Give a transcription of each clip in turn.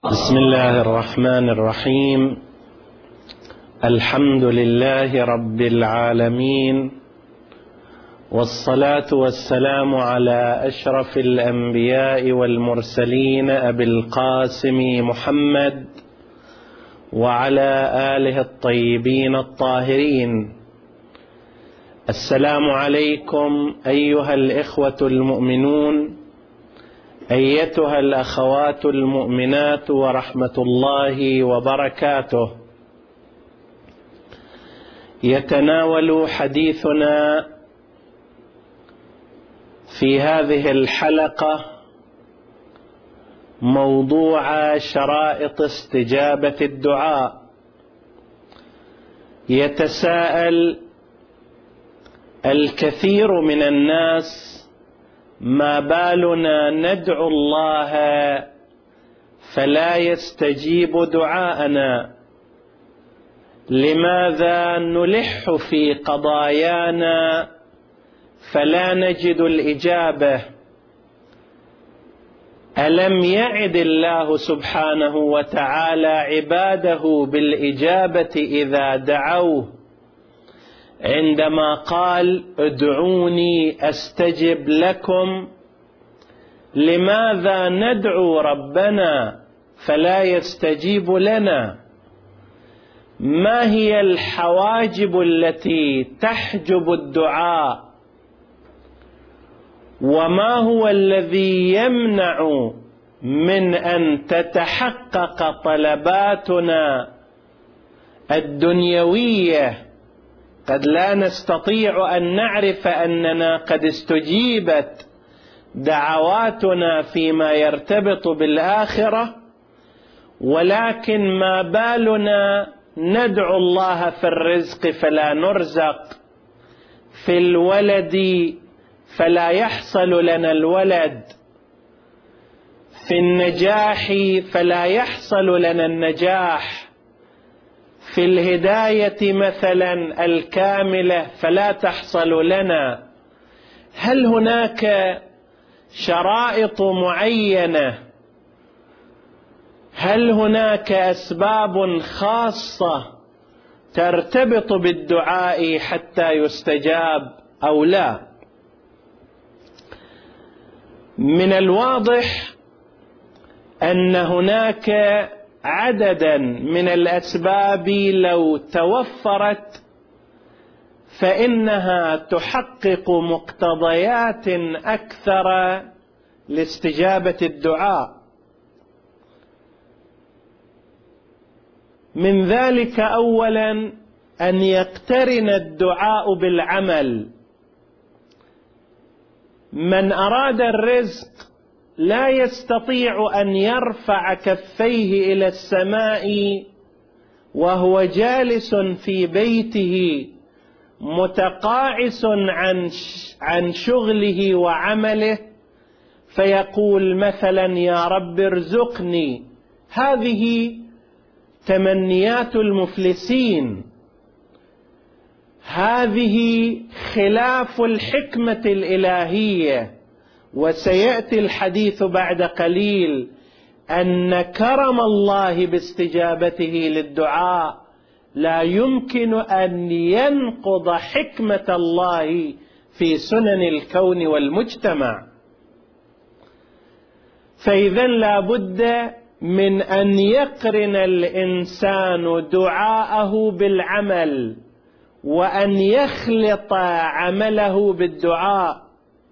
بسم الله الرحمن الرحيم. الحمد لله رب العالمين، والصلاة والسلام على أشرف الأنبياء والمرسلين أبي القاسم محمد وعلى آله الطيبين الطاهرين. السلام عليكم أيها الإخوة المؤمنون، أيتها الأخوات المؤمنات، ورحمة الله وبركاته. يتناول حديثنا في هذه الحلقة موضوع شرائط استجابة الدعاء. يتساءل الكثير من الناس: ما بالنا ندعو الله فلا يستجيب دعاءنا؟ لماذا نلح في قضايانا فلا نجد الإجابة؟ ألم يعد الله سبحانه وتعالى عباده بالإجابة إذا دعوه، عندما قال: ادعوني أستجب لكم؟ لماذا ندعو ربنا فلا يستجيب لنا؟ ما هي الحواجب التي تحجب الدعاء؟ وما هو الذي يمنع من أن تتحقق طلباتنا الدنيوية؟ قد لا نستطيع أن نعرف أننا قد استجيبت دعواتنا فيما يرتبط بالآخرة، ولكن ما بالنا ندعو الله في الرزق فلا نرزق، في الولد فلا يحصل لنا الولد، في النجاح فلا يحصل لنا النجاح، في الهداية مثلا الكاملة فلا تحصل لنا. هل هناك شرائط معينة؟ هل هناك أسباب خاصة ترتبط بالدعاء حتى يستجاب أو لا؟ من الواضح أن هناك عددا من الأسباب لو توفرت فإنها تحقق مقتضيات أكثر لاستجابة الدعاء. من ذلك أولا أن يقترن الدعاء بالعمل. من أراد الرزق لا يستطيع أن يرفع كفيه إلى السماء وهو جالس في بيته متقاعس عن شغله وعمله فيقول مثلا: يا رب ارزقني. هذه تمنيات المفلسين، هذه خلاف الحكمة الإلهية. وسيأتي الحديث بعد قليل أن كرم الله باستجابته للدعاء لا يمكن أن ينقض حكمة الله في سنن الكون والمجتمع. فإذا لا بد من أن يقرن الإنسان دعاءه بالعمل، وأن يخلط عمله بالدعاء.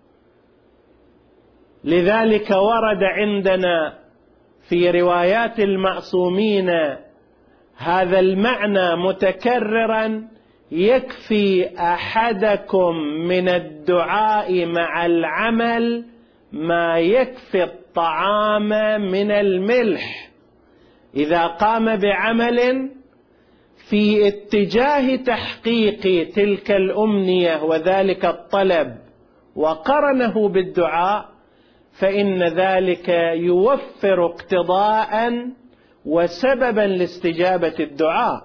لذلك ورد عندنا في روايات المعصومين هذا المعنى متكررا: يكفي أحدكم من الدعاء مع العمل ما يكفي الطعام من الملح. إذا قام بعمل في اتجاه تحقيق تلك الأمنية وذلك الطلب وقرنه بالدعاء، فإن ذلك يوفر اقتضاء وسببا لاستجابة الدعاء.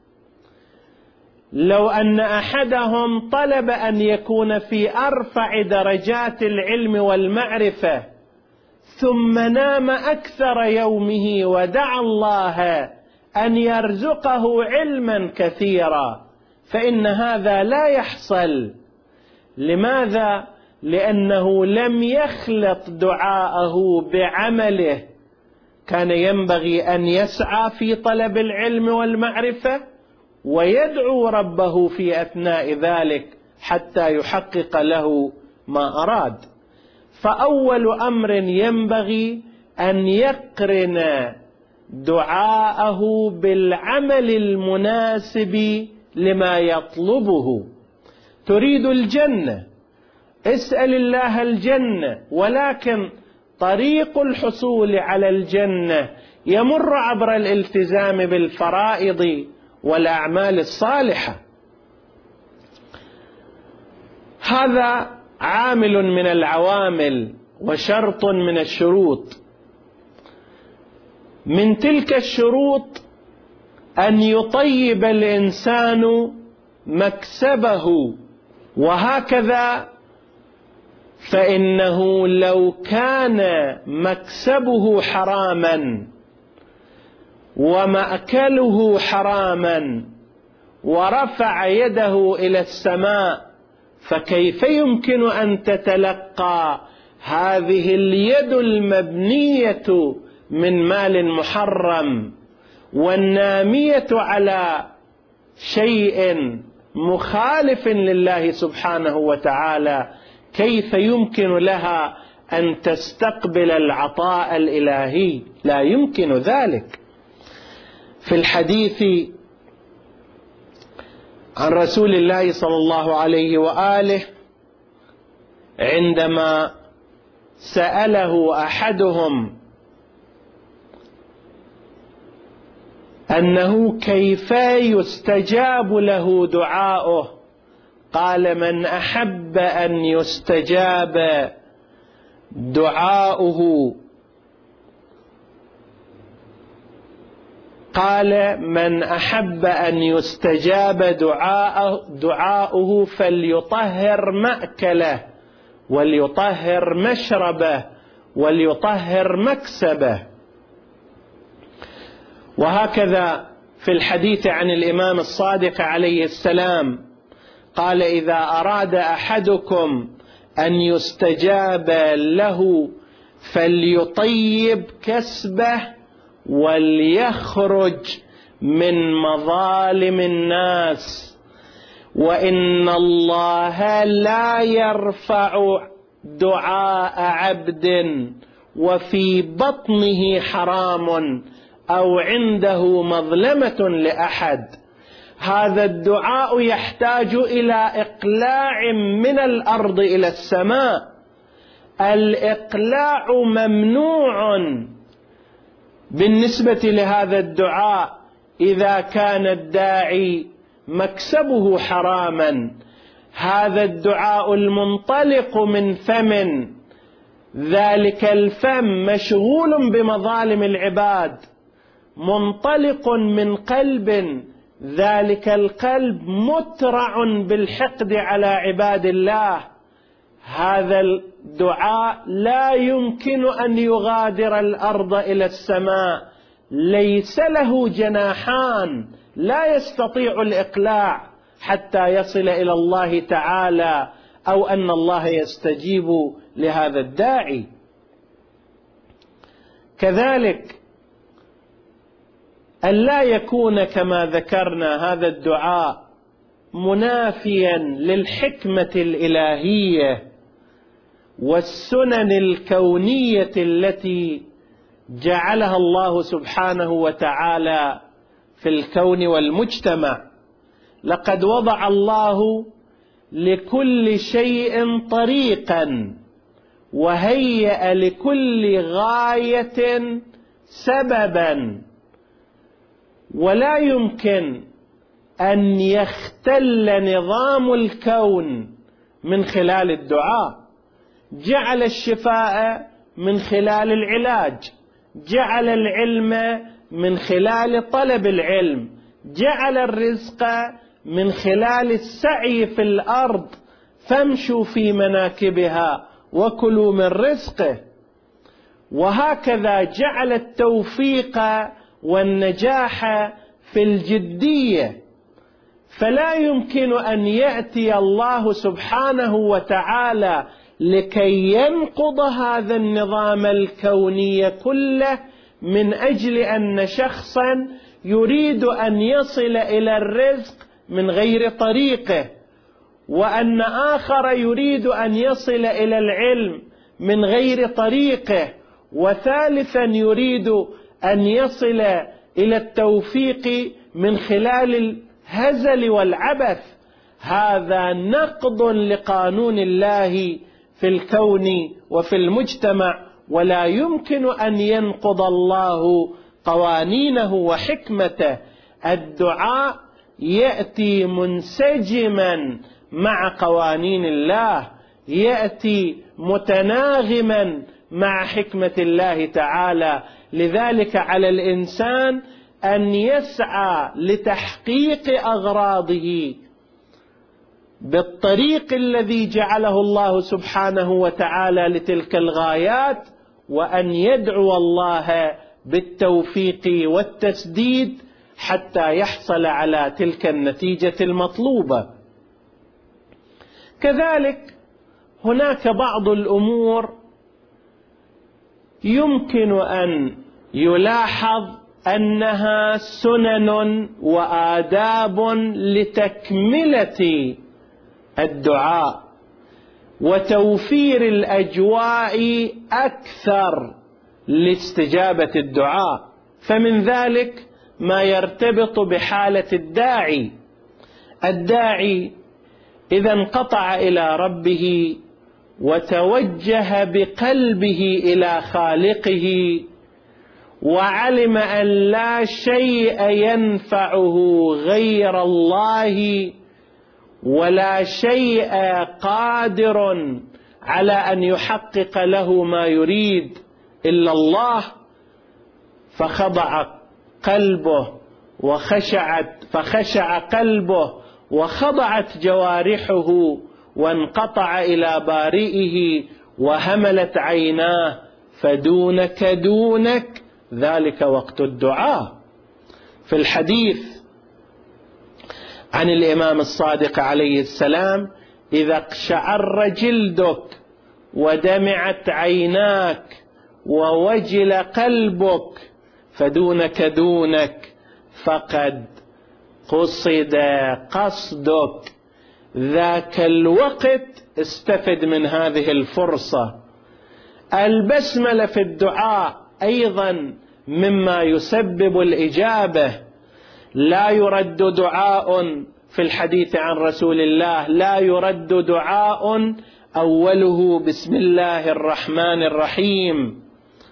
لو أن أحدهم طلب أن يكون في أرفع درجات العلم والمعرفة ثم نام أكثر يومه ودعا الله أن يرزقه علما كثيرا، فإن هذا لا يحصل. لماذا؟ لأنه لم يخلط دعاءه بعمله. كان ينبغي أن يسعى في طلب العلم والمعرفة ويدعو ربه في أثناء ذلك حتى يحقق له ما أراد. فأول أمر ينبغي أن يقرن دعاءه بالعمل المناسب لما يطلبه. تريد الجنة، اسأل الله الجنة، ولكن طريق الحصول على الجنة يمر عبر الالتزام بالفرائض والأعمال الصالحة. هذا عامل من العوامل وشرط من الشروط. من تلك الشروط أن يطيب الإنسان مكسبه، وهكذا فإنه لو كان مكسبه حراما ومأكله حراما ورفع يده إلى السماء، فكيف يمكن أن تتلقى هذه اليد المبنية من مال محرم والنامية على شيء مخالف لله سبحانه وتعالى؟ كيف يمكن لها أن تستقبل العطاء الإلهي؟ لا يمكن ذلك. في الحديث عن رسول الله صلى الله عليه وآله عندما سأله أحدهم أنه كيف يستجاب له دعاؤه، قال: من أحب أن يستجاب دعاؤه، قال: من أحب أن يستجاب دعاؤه فليطهر مأكله وليطهر مشربه وليطهر مكسبه. وهكذا في الحديث عن الإمام الصادق عليه السلام قال: إذا أراد أحدكم أن يستجاب له فليطيب كسبه وليخرج من مظالم الناس، وإن الله لا يرفع دعاء عبد وفي بطنه حرام أو عنده مظلمة لأحد. هذا الدعاء يحتاج إلى إقلاع من الأرض إلى السماء. الإقلاع ممنوع بالنسبة لهذا الدعاء إذا كان الداعي مكسبه حراما. هذا الدعاء المنطلق من فم، ذلك الفم مشغول بمظالم العباد، منطلق من قلب، ذلك القلب مترع بالحقد على عباد الله. هذا الدعاء لا يمكن أن يغادر الأرض إلى السماء، ليس له جناحان، لا يستطيع الإقلاع حتى يصل إلى الله تعالى أو أن الله يستجيب لهذا الداعي. كذلك أن لا يكون كما ذكرنا هذا الدعاء منافيا للحكمة الإلهية والسنن الكونية التي جعلها الله سبحانه وتعالى في الكون والمجتمع. لقد وضع الله لكل شيء طريقا وهيأ لكل غاية سببا، ولا يمكن أن يختل نظام الكون من خلال الدعاء. جعل الشفاء من خلال العلاج، جعل العلم من خلال طلب العلم، جعل الرزق من خلال السعي في الأرض، فامشوا في مناكبها وكلوا من رزقه. وهكذا جعل التوفيق والنجاح في الجدية. فلا يمكن أن يأتي الله سبحانه وتعالى لكي ينقض هذا النظام الكوني كله من أجل أن شخصا يريد أن يصل إلى الرزق من غير طريقه، وأن آخر يريد أن يصل إلى العلم من غير طريقه، وثالثا يريد أن يصل إلى التوفيق من خلال الهزل والعبث. هذا نقض لقانون الله في الكون وفي المجتمع، ولا يمكن أن ينقض الله قوانينه وحكمته. الدعاء يأتي منسجما مع قوانين الله، يأتي متناغما مع حكمة الله تعالى. لذلك على الإنسان أن يسعى لتحقيق أغراضه بالطريق الذي جعله الله سبحانه وتعالى لتلك الغايات، وأن يدعو الله بالتوفيق والتسديد حتى يحصل على تلك النتيجة المطلوبة. كذلك هناك بعض الأمور يمكن أن يلاحظ أنها سنن وآداب لتكملة الدعاء وتوفير الأجواء أكثر لاستجابة الدعاء. فمن ذلك ما يرتبط بحالة الداعي. الداعي إذا انقطع إلى ربه وتوجه بقلبه إلى خالقه، وعلم أن لا شيء ينفعه غير الله، ولا شيء قادر على أن يحقق له ما يريد إلا الله، فخضع قلبه فخشع قلبه وخضعت جوارحه، وانقطع إلى بارئه، وهملت عيناه، فدونك دونك ذلك وقت الدعاء. في الحديث عن الإمام الصادق عليه السلام: إذا اقشعر جلدك ودمعت عيناك ووجل قلبك فدونك دونك فقد قصد قصدك. ذاك الوقت استفد من هذه الفرصة. البسملة في الدعاء أيضا مما يسبب الإجابة. لا يرد دعاء، في الحديث عن رسول الله: لا يرد دعاء أوله بسم الله الرحمن الرحيم.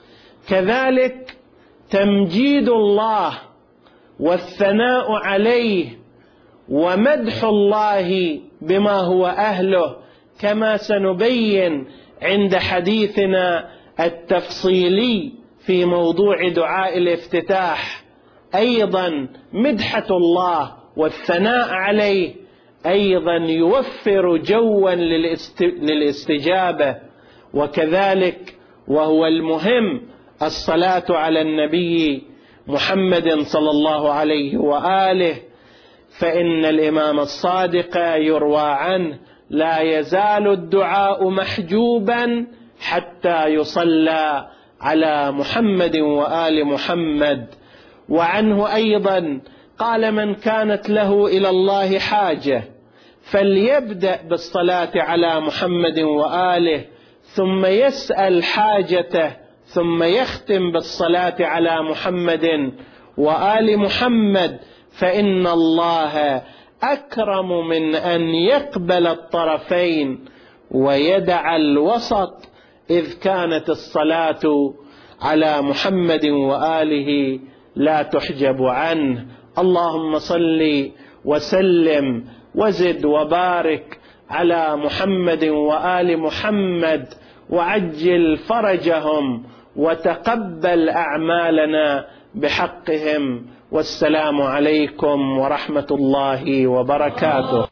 كذلك تمجيد الله والثناء عليه ومدح الله بما هو أهله، كما سنبين عند حديثنا التفصيلي في موضوع دعاء الافتتاح. أيضا مدحة الله والثناء عليه أيضا يوفر جوا للاستجابة. وكذلك وهو المهم الصلاة على النبي محمد صلى الله عليه وآله، فإن الإمام الصادق يروى عنه: لا يزال الدعاء محجوبا حتى يصلى على محمد وآل محمد. وعنه أيضا قال: من كانت له إلى الله حاجة فليبدأ بالصلاة على محمد وآله، ثم يسأل حاجته، ثم يختم بالصلاة على محمد وآل محمد، فإن الله أكرم من أن يقبل الطرفين ويدع الوسط، إذ كانت الصلاة على محمد وآله لا تحجب عنه. اللهم صل وسلم وزد وبارك على محمد وآل محمد، وعجل فرجهم وتقبل أعمالنا بحقهم. والسلام عليكم ورحمة الله وبركاته.